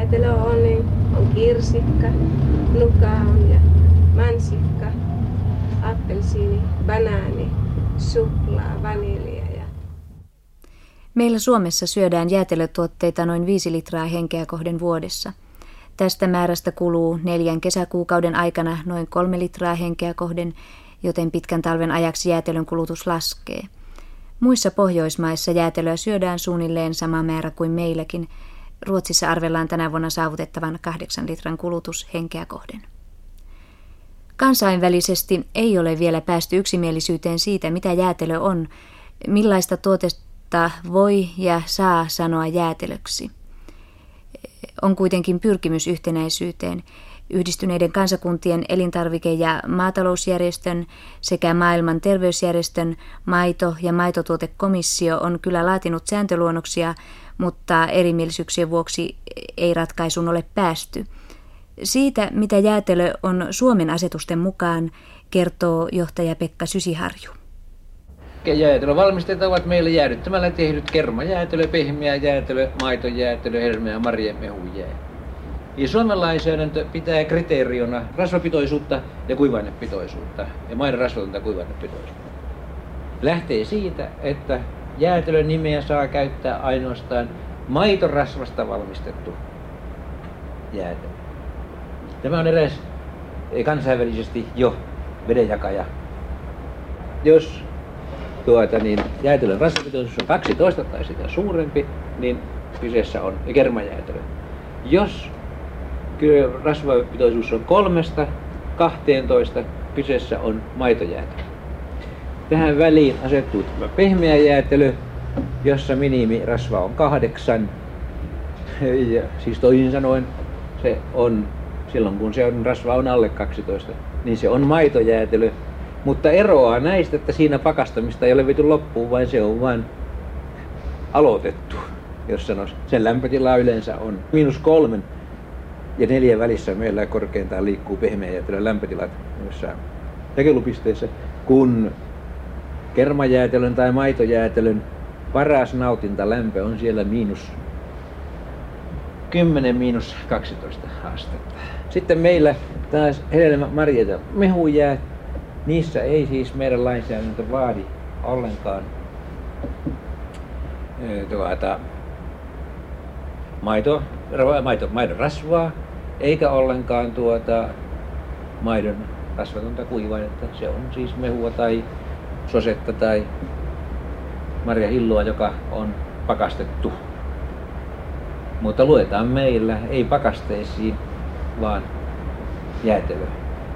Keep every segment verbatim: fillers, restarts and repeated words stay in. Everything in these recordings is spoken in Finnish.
jäätelö on, niin on kirsikka, nuka on ja mansikka, appelsiini, banaani, suklaa, vanilja. Ja... Meillä Suomessa syödään jäätelötuotteita noin viisi litraa henkeä kohden vuodessa. Tästä määrästä kuluu neljän kesäkuukauden aikana noin kolme litraa henkeä kohden, joten pitkän talven ajaksi jäätelön kulutus laskee. Muissa Pohjoismaissa jäätelöä syödään suunnilleen sama määrä kuin meilläkin. Ruotsissa arvellaan tänä vuonna saavutettavan kahdeksan litran kulutus henkeä kohden. Kansainvälisesti ei ole vielä päästy yksimielisyyteen siitä, mitä jäätelö on, millaista tuotetta voi ja saa sanoa jäätelöksi. On kuitenkin pyrkimys yhtenäisyyteen. Yhdistyneiden kansakuntien elintarvike- ja maatalousjärjestön sekä maailman terveysjärjestön maito- ja maitotuotekomissio on kyllä laatinut sääntöluonnoksia, mutta erimielisyyksien vuoksi ei ratkaisuun ole päästy. Siitä, mitä jäätelö on Suomen asetusten mukaan, kertoo johtaja Pekka Sysiharju. Jäätelövalmisteet ovat meillä jäädyttämällä tehdyt kermajäätelö, pehmeä jäätelö, maitojäätelö, hedelmä- ja marjamehujää. Ja Suomen lainsäädäntö pitää kriteeriona rasvapitoisuutta ja kuivainepitoisuutta ja maidon rasvatonta kuivainepitoisuutta. Lähtee siitä, että jäätelön nimeä saa käyttää ainoastaan maitorasvasta valmistettu jäätelö. Tämä on eräs kansainvälisesti jo vedenjakaja. Jos tuota, niin jäätelön rasvapitoisuus on kaksitoista tai sitä suurempi, niin kyseessä on kermajäätelö. Jos rasvapitoisuus on kolmesta kahteentoista, kyseessä on maitojäätelö. Tähän väliin asettuu tämä pehmeä jäätelö, jossa minimirasva on kahdeksan. Ja siis toisin sanoen se on, silloin kun se on, rasva on alle kaksitoista, niin se on maitojäätelö. Mutta eroaa näistä, että siinä pakastamista ei ole viety loppuun, vaan se on vain aloitettu, jos sanoisi. Sen lämpötila yleensä on miinus kolmen ja neljän välissä meillä korkeintaan liikkuu pehmeä jäätelön lämpötilat jossain jakelupisteissä, kun kermajäätelön tai maitojäätelön paras nautintalämpö on siellä miinus kymmenen miinus kaksitoista astetta. Sitten meillä taas hedelmä, marjat ja mehujäät. Niissä ei siis meidän lainsäädäntö vaadi ollenkaan tuota, maito, maito, maidon rasvaa, eikä ollenkaan tuota, maidon rasvatonta kuivainetta. Se on siis mehua tai sosetta tai marjahilloa, joka on pakastettu. Mutta luetaan meillä ei pakasteisiin, vaan jäätelöä.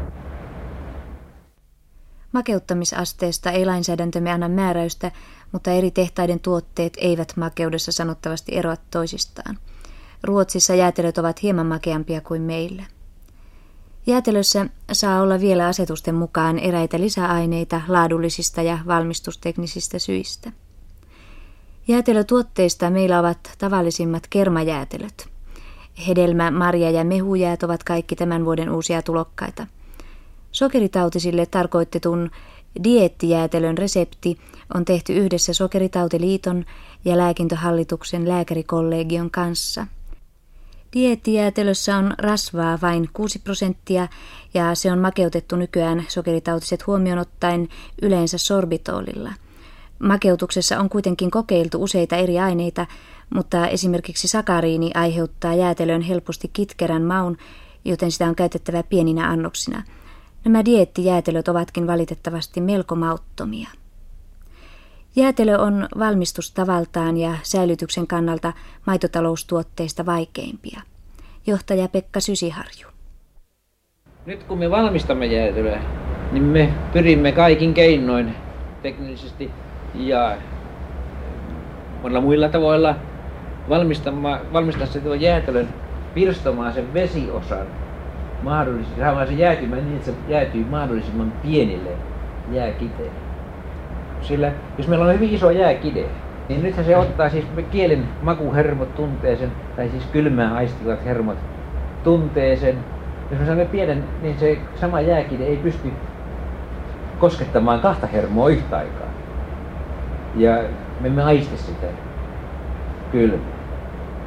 Makeuttamisasteesta ei lainsäädäntömme anna määräystä, mutta eri tehtaiden tuotteet eivät makeudessa sanottavasti eroa toisistaan. Ruotsissa jäätelöt ovat hieman makeampia kuin meillä. Jäätelössä saa olla vielä asetusten mukaan eräitä lisäaineita laadullisista ja valmistusteknisistä syistä. Jäätelötuotteista meillä ovat tavallisimmat kermajäätelöt. Hedelmä, marja ja mehujäät ovat kaikki tämän vuoden uusia tulokkaita. Sokeritautisille tarkoitetun dieettijäätelön resepti on tehty yhdessä Sokeritautiliiton ja Lääkintöhallituksen lääkärikollegion kanssa. Dieettijäätelössä on rasvaa vain kuusi prosenttia ja se on makeutettu nykyään sokeritautiset huomioon ottaen yleensä sorbitolilla. Makeutuksessa on kuitenkin kokeiltu useita eri aineita, mutta esimerkiksi sakariini aiheuttaa jäätelöön helposti kitkerän maun, joten sitä on käytettävä pieninä annoksina. Nämä dieettijäätelöt ovatkin valitettavasti melko mauttomia. Jäätelö on valmistustavaltaan ja säilytyksen kannalta maitotaloustuotteista vaikeimpia. Johtaja Pekka Sysiharju. Nyt kun me valmistamme jäätelöä, niin me pyrimme kaikin keinoin teknisesti ja monilla muilla tavoilla valmistamaan, valmistaa se tuon jäätelön pirstomaan sen vesiosan mahdollisesti, saamaan se jäätymään niin, että se jäätyy mahdollisimman pienille jääkiteille. Sillä jos meillä on hyvin iso jääkide, niin nythän se ottaa siis kielen makuhermot tuntee sen, tai siis kylmää aistivat hermot tuntee sen. Jos me saamme pienen, niin se sama jääkide ei pysty koskettamaan kahta hermoa yhtä aikaa. Ja me emme aisti sitä kylmää.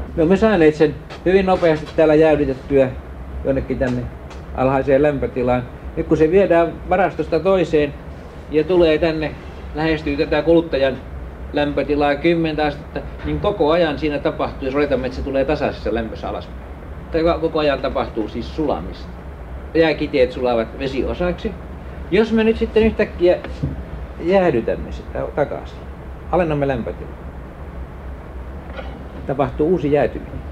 Me olemme saaneet sen hyvin nopeasti täällä jäädytettyä jonnekin tänne alhaiseen lämpötilaan. Nyt kun se viedään varastosta toiseen ja tulee tänne, lähestyy tätä kuluttajan lämpötilaa kymmentä astetta, niin koko ajan siinä tapahtuu, jos oletamme, että se tulee tasaisessa lämpössä alaspäin. Koko ajan tapahtuu siis sulamista. Jääkiteet sulavat vesiosaksi. Jos me nyt sitten yhtäkkiä jäädytämme sitä takaisin, alennamme lämpötilaa, tapahtuu uusi jäätyminen.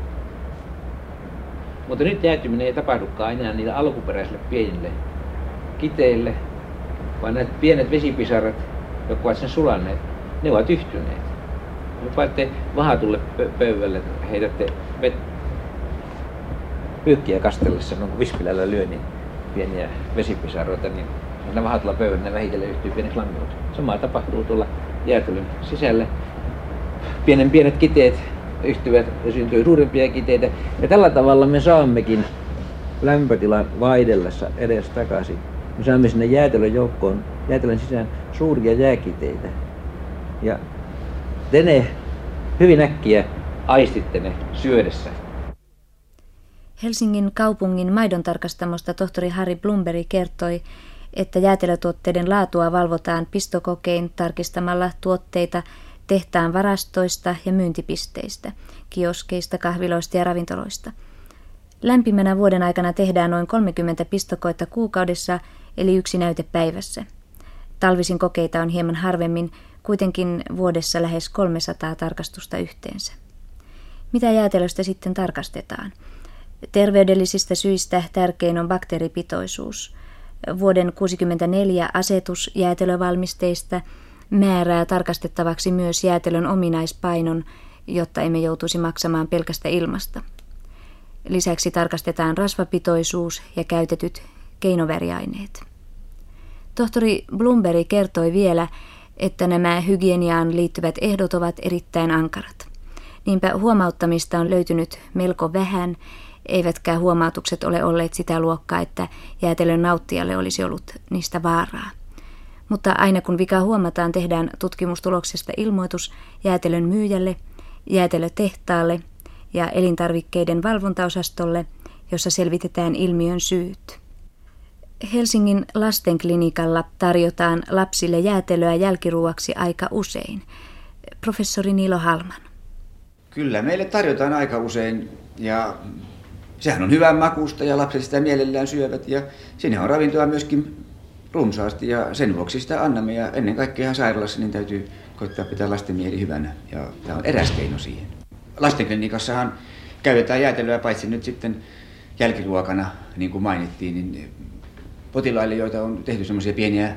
Mutta nyt jäätyminen ei tapahdukaan enää niille alkuperäisille pienille kiteille, vaan nämä pienet vesipisarat, jotka ovat sen sulanneet, ne ovat yhtyneet. Jos paatte vahatulle pöydälle, heitätte pyykkiä kastellessa, no kun vispilällä lyö niin pieniä vesipisaroita, niin ne vahatulla pöydällä ne vähitellen yhtyy pieneksi lammioiksi. Sama tapahtuu tuolla jäätelön sisällä. Pienen pienet kiteet yhtyvät ja syntyy suurempia kiteitä. Ja tällä tavalla me saammekin lämpötilan vaihdellessa edes takaisin. Me saamme sinne jäätelön joukkoon, jäätelön sisään suuria jääkiteitä. Ja te ne hyvin äkkiä aistitte ne syödessä. Helsingin kaupungin maidontarkastamosta tohtori Harry Blomberg kertoi, että jäätelötuotteiden laatua valvotaan pistokokein tarkistamalla tuotteita tehtaan varastoista ja myyntipisteistä, kioskeista, kahviloista ja ravintoloista. Lämpimänä vuoden aikana tehdään noin kolmekymmentä pistokoetta kuukaudessa, eli yksi näyte päivässä. Talvisin kokeita on hieman harvemmin, kuitenkin vuodessa lähes kolmesataa tarkastusta yhteensä. Mitä jäätelöstä sitten tarkastetaan? Terveydellisistä syistä tärkein on bakteeripitoisuus. Vuoden tuhatyhdeksänsataakuusikymmentäneljä asetus jäätelövalmisteista määrää tarkastettavaksi myös jäätelön ominaispainon, jotta emme joutuisi maksamaan pelkästä ilmasta. Lisäksi tarkastetaan rasvapitoisuus ja käytetyt keinoväriaineet. Tohtori Blomberg kertoi vielä, että nämä hygieniaan liittyvät ehdot ovat erittäin ankarat. Niinpä huomauttamista on löytynyt melko vähän, eivätkä huomautukset ole olleet sitä luokkaa, että jäätelön nauttijalle olisi ollut niistä vaaraa. Mutta aina kun vika huomataan, tehdään tutkimustuloksesta ilmoitus jäätelön myyjälle, jäätelötehtaalle ja elintarvikkeiden valvontaosastolle, jossa selvitetään ilmiön syyt. Helsingin lastenklinikalla tarjotaan lapsille jäätelöä jälkiruuaksi aika usein. Professori Niilo Halman. Kyllä, meille tarjotaan aika usein ja sehän on hyvän makusta ja lapset sitä mielellään syövät ja siinä on ravintoa myöskin runsaasti ja sen vuoksi sitä annamme ja ennen kaikkea sairaalassa niin täytyy koittaa pitää lasten mieli hyvänä ja tämä on eräs keino siihen. Lastenklinikassahan käytetään jäätelöä paitsi nyt sitten jälkiruokana, niin kuin mainittiin, niin potilaille, joita on tehty semmoisia pieniä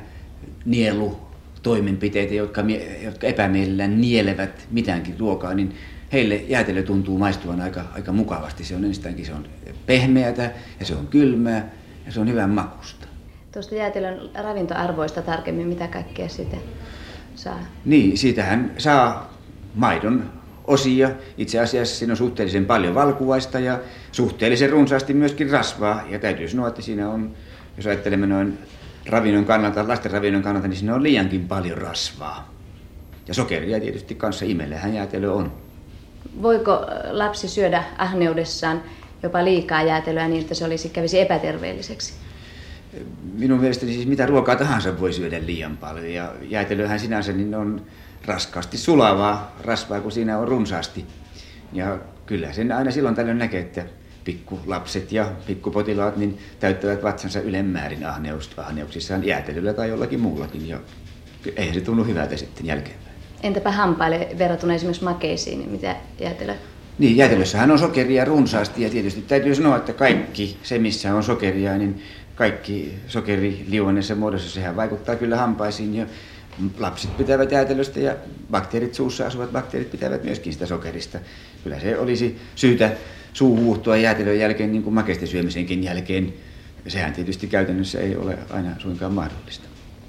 nielutoimenpiteitä, jotka, jotka epämielellään nielevät mitäänkin ruokaa, niin heille jäätelö tuntuu maistuvan aika, aika mukavasti. Se on ensistäänkin se on pehmeätä ja se on kylmää ja se on hyvän makusta. Tuosta jäätelön ravintoarvoista tarkemmin, mitä kaikkea sitä saa? Niin, siitähän saa maidon osia. Itse asiassa siinä on suhteellisen paljon valkuaista ja suhteellisen runsaasti myöskin rasvaa. Ja täytyy sanoa, että siinä on, jos ajattelemme noin ravinnon kannalta, lasten ravinnon kannalta, niin siinä on liiankin paljon rasvaa. Ja sokeria tietysti kanssa imellähän jäätelö on. Voiko lapsi syödä ahneudessaan jopa liikaa jäätelöä niin, että se olisi, kävisi epäterveelliseksi? Minun mielestäni siis mitä ruokaa tahansa voi syödä liian paljon. Ja jäätelöhän sinänsä niin on raskaasti sulavaa rasvaa, kun siinä on runsaasti. Ja kyllä sen aina silloin tällöin näkee, että pikkulapset ja pikkupotilaat niin täyttävät vatsansa ylemmäärin ahneuksissaan jäätelöllä tai jollakin muullakin. Ja eihän se tunnu hyvältä sitten jälkeenpäin. Entäpä hampaille verrattuna esimerkiksi makeisiin, niin mitä jäätelö? Niin, jäätelössähän on sokeria runsaasti ja tietysti täytyy sanoa, että kaikki se missä on sokeria, niin kaikki sokeri liuenneessa muodossa, sehän vaikuttaa kyllä hampaisiin ja lapset pitävät jäätelöstä ja bakteerit suussa asuvat bakteerit pitävät myöskin sitä sokerista. Kyllä se olisi syytä suuhun uuttua jäätelön jälkeen niin kuin makeisten syömisenkin jälkeen. Sehän tietysti käytännössä ei ole aina suinkaan mahdollista.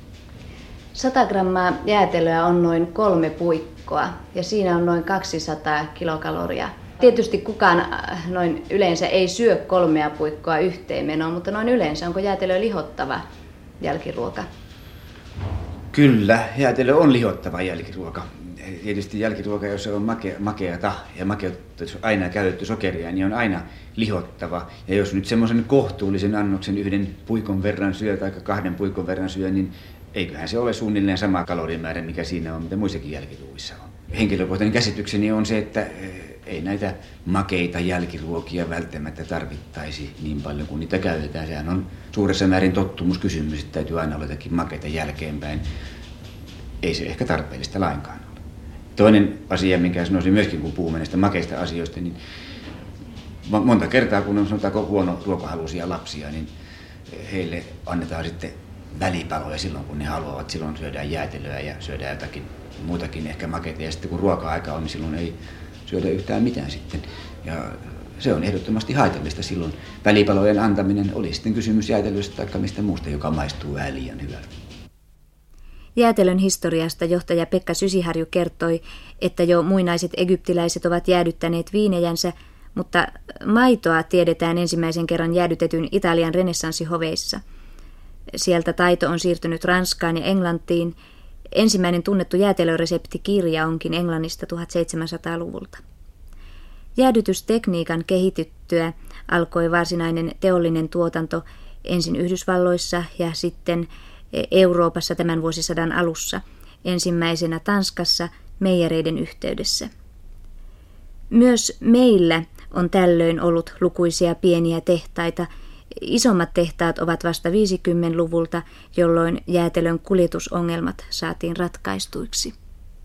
sata grammaa jäätelöä on noin kolme puikkoa ja siinä on noin kaksisataa kilokaloria. Tietysti kukaan noin yleensä ei syö kolmea puikkoa yhteenmenoon, mutta noin yleensä onko jäätelö lihottava jälkiruoka? Kyllä, jäätelö on lihottava jälkiruoka. tietysti jälkiruoka, jos se on makea, makeata ja makeutta aina käytetty sokeria, niin on aina lihottava. Ja jos nyt semmoisen kohtuullisen annoksen yhden puikon verran syö tai kahden puikon verran syö, niin eiköhän se ole suunnilleen sama kalorimäärä, mikä siinä on, mitä muissakin jälkiruuissa on. Henkilökohtainen käsitykseni on se, että ei näitä makeita jälkiruokia välttämättä tarvittaisi niin paljon kuin niitä käytetään. Sehän on suuressa määrin tottumuskysymys, että täytyy aina olla jotakin makeita jälkeenpäin. Ei se ehkä tarpeellista lainkaan ole. Toinen asia, minkä sanoisin myöskin, kun puhumme näistä makeista asioista, niin monta kertaa, kun on sanotaanko huono ruokahaluisia lapsia, niin heille annetaan sitten välipaloja silloin, kun ne haluavat. Silloin syödään jäätelöä ja syödään jotakin muutakin ehkä makeita. Ja sitten kun ruoka-aika on, niin silloin ei syödä yhtään mitään sitten. Ja se on ehdottomasti haitallista silloin. Välipalojen antaminen oli sitten kysymys jäätelöstä tai mistä muusta, joka maistuu vähän liian hyvältä. Jäätelön historiasta johtaja Pekka Sysiharju kertoi, että jo muinaiset egyptiläiset ovat jäädyttäneet viinejänsä, mutta maitoa tiedetään ensimmäisen kerran jäädytetyn Italian renessanssihoveissa. Sieltä taito on siirtynyt Ranskaan ja Englantiin. Ensimmäinen tunnettu jäätelöreseptikirja onkin Englannista tuhatseitsemänsataaluvulta. Jäädytystekniikan kehityttyä alkoi varsinainen teollinen tuotanto ensin Yhdysvalloissa ja sitten Euroopassa tämän vuosisadan alussa, ensimmäisenä Tanskassa meijereiden yhteydessä. Myös meillä on tällöin ollut lukuisia pieniä tehtaita. Isommat tehtaat ovat vasta viisikymmentäluvulta, jolloin jäätelön kuljetusongelmat saatiin ratkaistuiksi.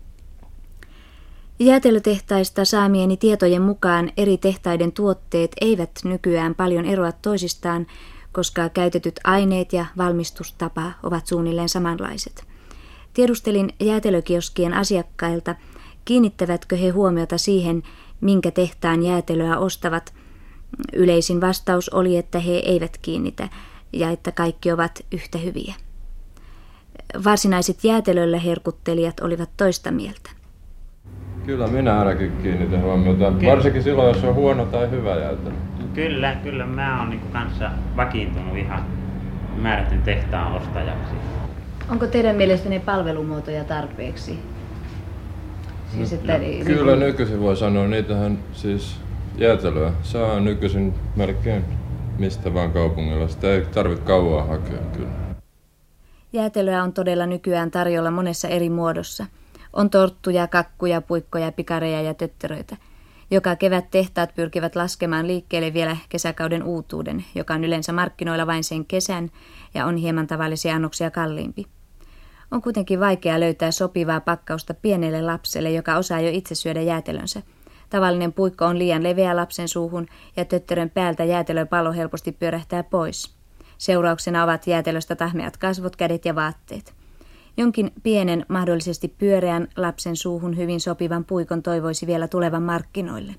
Jäätelötehtaista saamieni tietojen mukaan eri tehtaiden tuotteet eivät nykyään paljon eroa toisistaan, koska käytetyt aineet ja valmistustapa ovat suunnilleen samanlaiset. Tiedustelin jäätelökioskien asiakkailta, kiinnittävätkö he huomiota siihen, minkä tehtaan jäätelöä ostavat. Yleisin vastaus oli, että he eivät kiinnitä ja että kaikki ovat yhtä hyviä. Varsinaiset jäätelöllä herkuttelijat olivat toista mieltä. Kyllä minä ainakin kiinnitän huomiota, varsinkin silloin, jos on huono tai hyvä jäätelö. Kyllä, kyllä mä oon niinku kanssa vakiintunut ihan määrätyn tehtaan ostajaksi. Onko teidän mielestänne palvelumuotoja tarpeeksi? Siis, että no, niin, kyllä niin, nykyisin voi sanoa, niitähän siis jäätelöä saa nykyisin melkein mistä vaan kaupungilla. Sitä ei tarvitse kauan hakea kyllä. Jäätelöä on todella nykyään tarjolla monessa eri muodossa. On torttuja, kakkuja, puikkoja, pikareja ja tötteröitä. Joka kevät tehtaat pyrkivät laskemaan liikkeelle vielä kesäkauden uutuuden, joka on yleensä markkinoilla vain sen kesän ja on hieman tavallisia annoksia kalliimpi. On kuitenkin vaikea löytää sopivaa pakkausta pienelle lapselle, joka osaa jo itse syödä jäätelönsä. Tavallinen puikko on liian leveä lapsen suuhun ja tötterön päältä jäätelöpallo helposti pyörähtää pois. Seurauksena ovat jäätelöstä tahmeat kasvot, kädet ja vaatteet. Jonkin pienen, mahdollisesti pyöreän lapsen suuhun hyvin sopivan puikon toivoisi vielä tulevan markkinoille.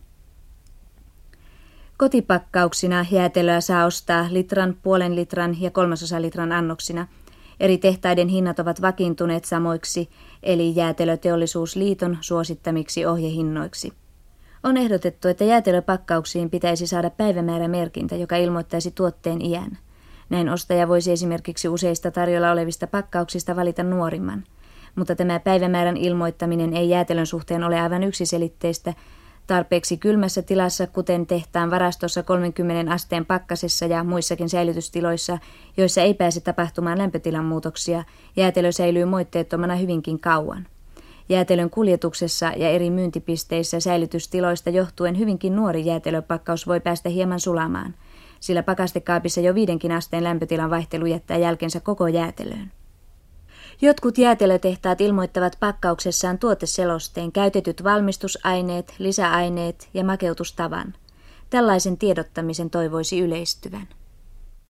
Kotipakkauksina jäätelöä saa ostaa litran, puolen litran ja kolmasosa litran annoksina. Eri tehtaiden hinnat ovat vakiintuneet samoiksi, eli Jäätelöteollisuusliiton suosittamiksi ohjehinnoiksi. On ehdotettu, että jäätelöpakkauksiin pitäisi saada päivämäärämerkintä, joka ilmoittaisi tuotteen iän. Näin ostaja voisi esimerkiksi useista tarjolla olevista pakkauksista valita nuorimman. Mutta tämä päivämäärän ilmoittaminen ei jäätelön suhteen ole aivan yksiselitteistä. Tarpeeksi kylmässä tilassa, kuten tehtaan varastossa kolmenkymmenen asteen pakkasessa ja muissakin säilytystiloissa, joissa ei pääse tapahtumaan lämpötilan muutoksia, jäätelö säilyy moitteettomana hyvinkin kauan. Jäätelön kuljetuksessa ja eri myyntipisteissä säilytystiloista johtuen hyvinkin nuori jäätelöpakkaus voi päästä hieman sulamaan, sillä pakastekaapissa jo viidenkin asteen lämpötilan vaihtelu jättää jälkensä koko jäätelöön. Jotkut jäätelötehtaat ilmoittavat pakkauksessaan tuoteselosteen, käytetyt valmistusaineet, lisäaineet ja makeutustavan. Tällaisen tiedottamisen toivoisi yleistyvän.